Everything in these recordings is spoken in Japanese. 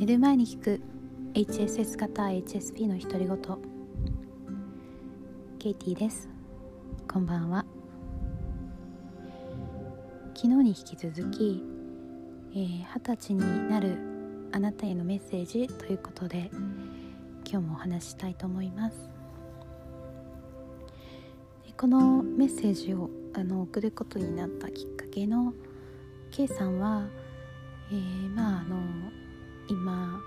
寝る前に聞く HSS 型 HSP の独り言。ケイティです。こんばんは。昨日に引き続き、20歳になるあなたへのメッセージということで、今日もお話ししたいと思います。このメッセージを送ることになったきっかけの K さんは、今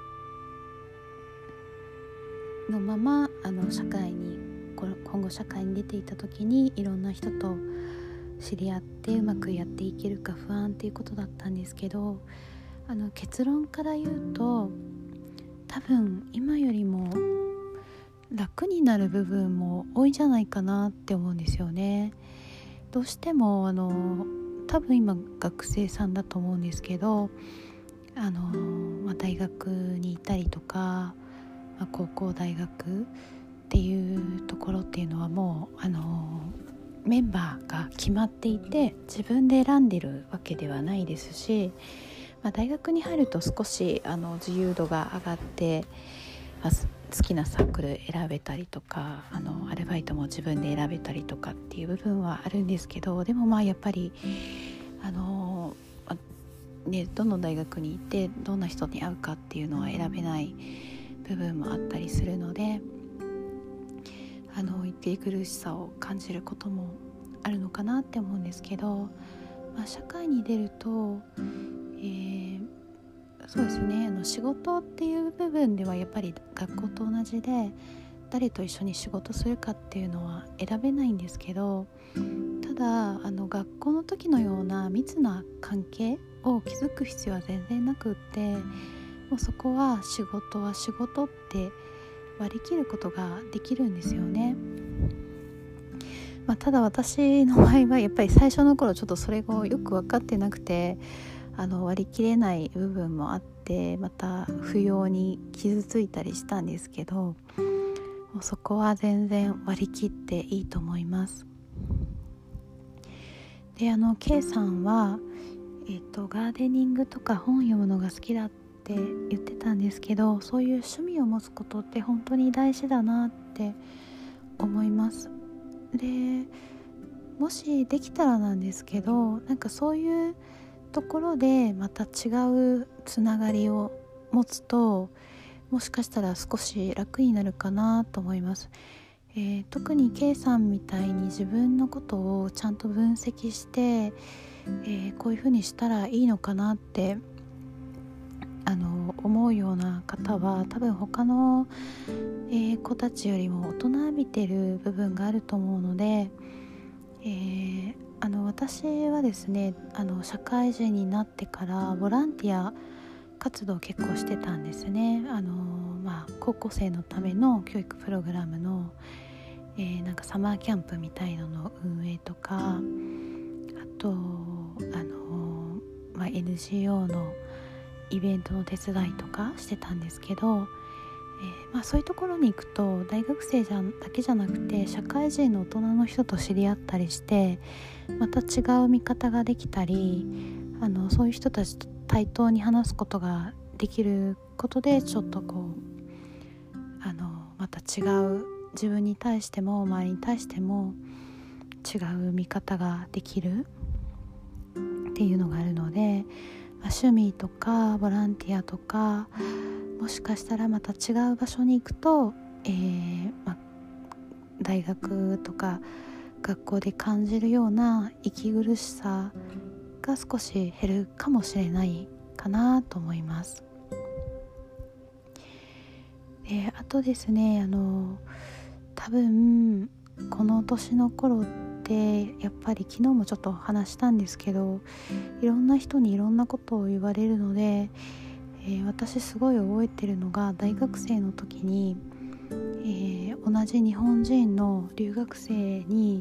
のまま社会に今後社会に出ていた時にいろんな人と知り合ってうまくやっていけるか不安っていうことだったんですけど、結論から言うと多分今よりも楽になる部分も多いんじゃないかなって思うんですよね。どうしても多分今学生さんだと思うんですけど、大学にいたりとか、高校大学っていうところっていうのはもうメンバーが決まっていて自分で選んでるわけではないですし、大学に入ると少し自由度が上がって、好きなサークル選べたりとかアルバイトも自分で選べたりとかっていう部分はあるんですけど、でもやっぱりどの大学に行ってどんな人に会うかっていうのは選べない部分もあったりするので、息苦しさを感じることもあるのかなって思うんですけど、社会に出ると、そうですね、仕事っていう部分ではやっぱり学校と同じで誰と一緒に仕事するかっていうのは選べないんですけど、ただ学校の時のような密な関係を築く必要は全然なくって、もうそこは仕事って割り切ることができるんですよね。ただ私の場合はやっぱり最初の頃ちょっとそれがよく分かってなくて割り切れない部分もあって、また不要に傷ついたりしたんですけど、もうそこは全然割り切っていいと思います。でK さんは、ガーデニングとか本読むのが好きだって言ってたんですけど、そういう趣味を持つことって本当に大事だなって思います。でもしできたらなんですけど、そういうところでまた違うつながりを持つと、もしかしたら少し楽になるかなと思います。特に K さんみたいに自分のことをちゃんと分析して、こういうふうにしたらいいのかなって思うような方は多分他の、子たちよりも大人びてる部分があると思うので、私はですね社会人になってからボランティア活動を結構してたんですね。高校生のための教育プログラムの、サマーキャンプみたいのの運営とか、あとNGO のイベントの手伝いとかしてたんですけど、そういうところに行くと大学生だけじゃなくて社会人の大人の人と知り合ったりして、また違う見方ができたり、そういう人たちと対等に話すことができることで、ちょっとまた違う自分に対しても周りに対しても違う見方ができるっていうのがあるので、趣味とかボランティアとか、もしかしたらまた違う場所に行くと、大学とか学校で感じるような息苦しさが少し減るかもしれないかなと思います。であとですね、多分この年の頃ってやっぱり昨日もちょっと話したんですけど、いろんな人にいろんなことを言われるので、私すごい覚えてるのが大学生の時に、同じ日本人の留学生に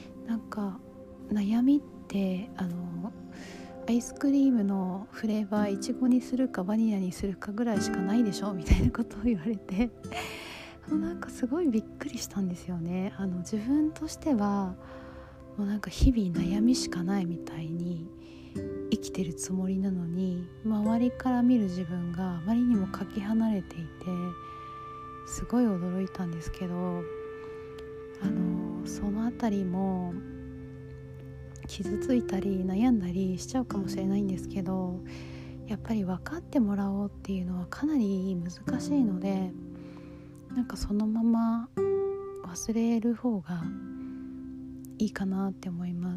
悩みってアイスクリームのフレーバーイチゴにするかバニラにするかぐらいしかないでしょみたいなことを言われてすごいびっくりしたんですよね。自分としてはもう日々悩みしかないみたいに生きてるつもりなのに、周りから見る自分があまりにもかけ離れていて、すごい驚いたんですけど、そのあたりも傷ついたり悩んだりしちゃうかもしれないんですけど、やっぱり分かってもらおうっていうのはかなり難しいので、なんかそのまま忘れる方がいいかなって思います。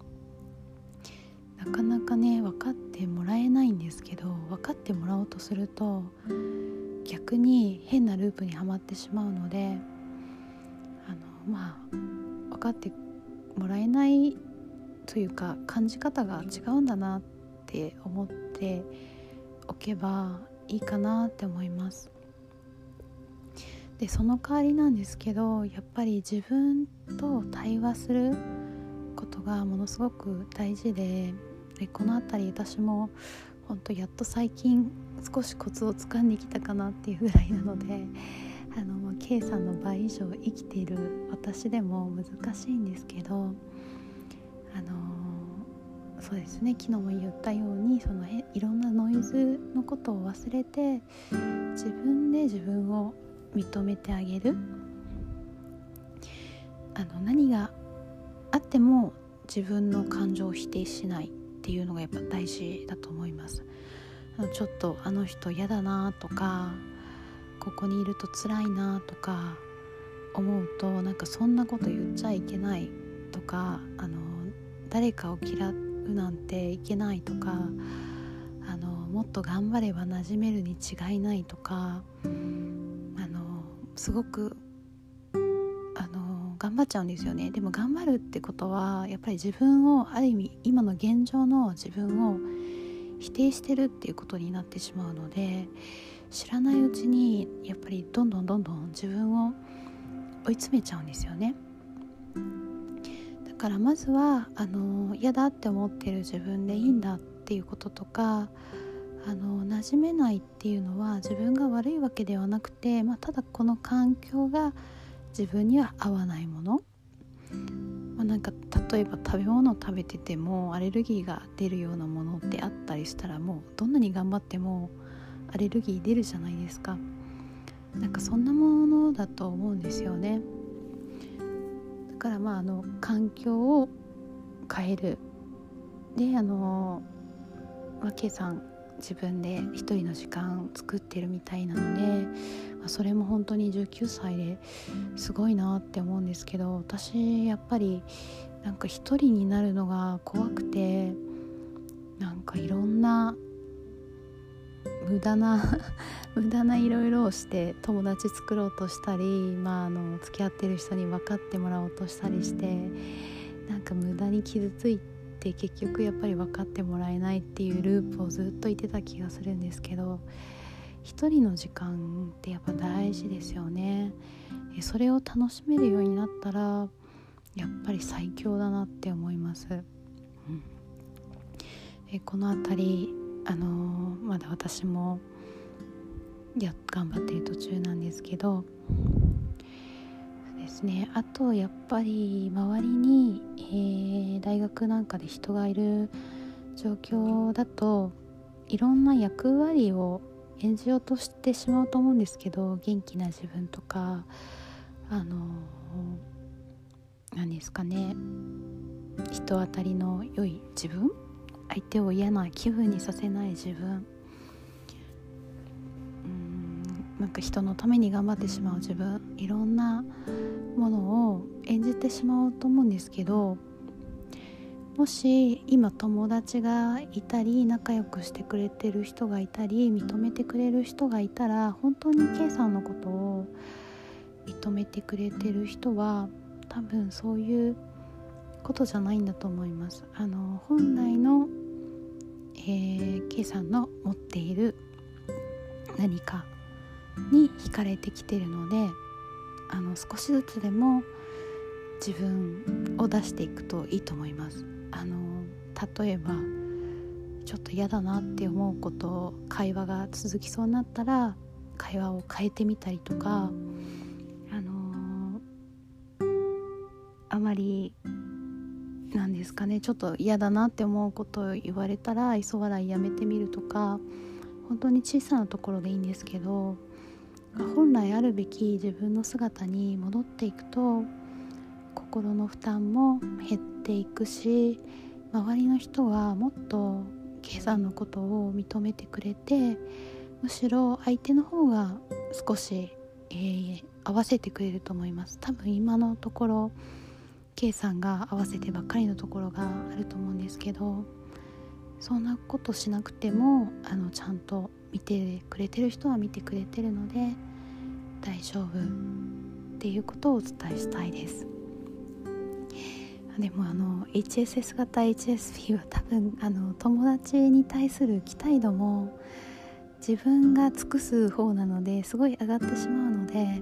なかなかね分かってもらえないんですけど、分かってもらおうとすると逆に変なループにはまってしまうので、分かってもらえないというか、感じ方が違うんだなって思っておけばいいかなって思います。でその代わりなんですけど、やっぱり自分と対話することがものすごく大事で、このあたり私も本当やっと最近少しコツをつかんできたかなっていうぐらいなので、K さんの倍以上生きている私でも難しいんですけど、そうですね、昨日も言ったようにいろんなノイズのことを忘れて、自分で自分を認めてあげる。何があっても自分の感情を否定しないっていうのがやっぱ大事だと思います。ちょっとあの人嫌だなとか、ここにいると辛いなとか思うと、なんかそんなこと言っちゃいけないとか、誰かを嫌うなんていけないとか、もっと頑張れば馴染めるに違いないとか、すごく頑張っちゃうんですよね。でも頑張るってことはやっぱり自分を、ある意味今の現状の自分を否定してるっていうことになってしまうので、知らないうちにやっぱりどんどん自分を追い詰めちゃうんですよね。だからまずは嫌だって思ってる自分でいいんだっていうこととか、馴染めないっていうのは自分が悪いわけではなくて、ただこの環境が自分には合わないもの、なんか例えば食べ物を食べててもアレルギーが出るようなものってあったりしたら、もうどんなに頑張ってもアレルギー出るじゃないですか。なんかそんなものだと思うんですよね。だから環境を変える。でK さん自分で一人の時間作ってるみたいなので、それも本当に19歳ですごいなって思うんですけど、私やっぱりなんか一人になるのが怖くて、なんかいろんな無駄ないろいろをして友達作ろうとしたり、付き合ってる人に分かってもらおうとしたりして、なんか無駄に傷ついて、結局やっぱり分かってもらえないっていうループをずっといてた気がするんですけど、一人の時間ってやっぱ大事ですよね。それを楽しめるようになったらやっぱり最強だなって思います。このあたりまだ私も頑張っている途中なんですけど、そうですね、あとやっぱり周りに、大学なんかで人がいる状況だと、いろんな役割を演じようとしてしまうと思うんですけど、元気な自分とか何ですかね、人当たりの良い自分、相手を嫌な気分にさせない自分、なんか人のために頑張ってしまう自分、いろんなものを演じてしまうと思うんですけど、もし今友達がいたり、仲良くしてくれてる人がいたり、認めてくれる人がいたら、本当に K さんのことを認めてくれてる人は多分そういうことじゃないんだと思います。本来の、K さんの持っている何かに惹かれてきてるので、少しずつでも自分を出していくといいと思います。例えばちょっと嫌だなって思うことを、会話が続きそうになったら会話を変えてみたりとか、あまりなんですかね、ちょっと嫌だなって思うことを言われたら愛想笑いやめてみるとか、本当に小さなところでいいんですけど、本来あるべき自分の姿に戻っていくと心の負担も減っていくし、周りの人はもっと K さんのことを認めてくれて、むしろ相手の方が少し、合わせてくれると思います。多分今のところ K さんが合わせてばっかりのところがあると思うんですけど、そんなことしなくてもちゃんと見てくれてる人は見てくれてるので大丈夫っていうことをお伝えしたいです。でもHSS 型 HSP は多分友達に対する期待度も自分が尽くす方なのですごい上がってしまうので、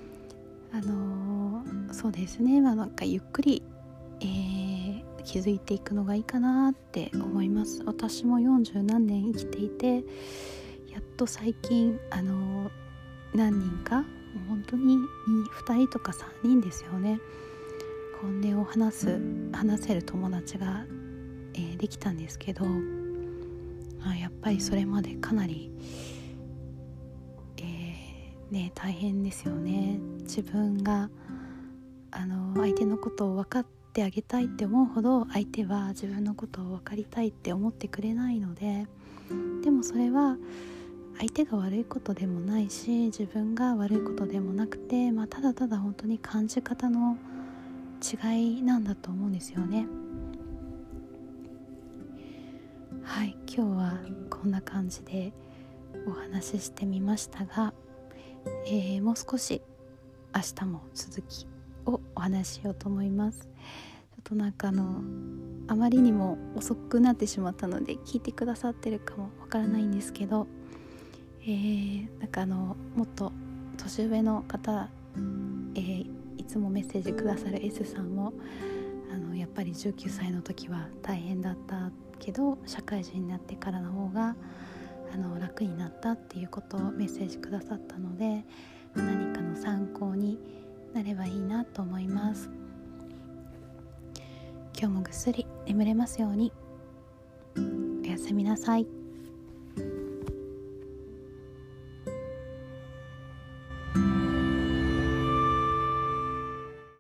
そうですね、なんかゆっくり、気づいていくのがいいかなって思います。私も40何年生きていて、やっと最近何人か本当に2人とか3人ですよね、本音を話せる友達が、できたんですけど、やっぱりそれまでかなり、大変ですよね。自分が相手のことを分かってあげたいって思うほど相手は自分のことを分かりたいって思ってくれないので、でもそれは相手が悪いことでもないし自分が悪いことでもなくて、ただただ本当に感じ方の違いなんだと思うんですよね。はい、今日はこんな感じでお話ししてみましたが、もう少し明日も続きをお話ししようと思います。ちょっとなんかあまりにも遅くなってしまったので聞いてくださってるかもわからないんですけど、なんかもっと年上の方、いつもメッセージくださる S さんもやっぱり19歳の時は大変だったけど社会人になってからの方が楽になったっていうことをメッセージくださったので、何かの参考になればいいなと思います。今日もぐっすり眠れますように。おやすみなさい。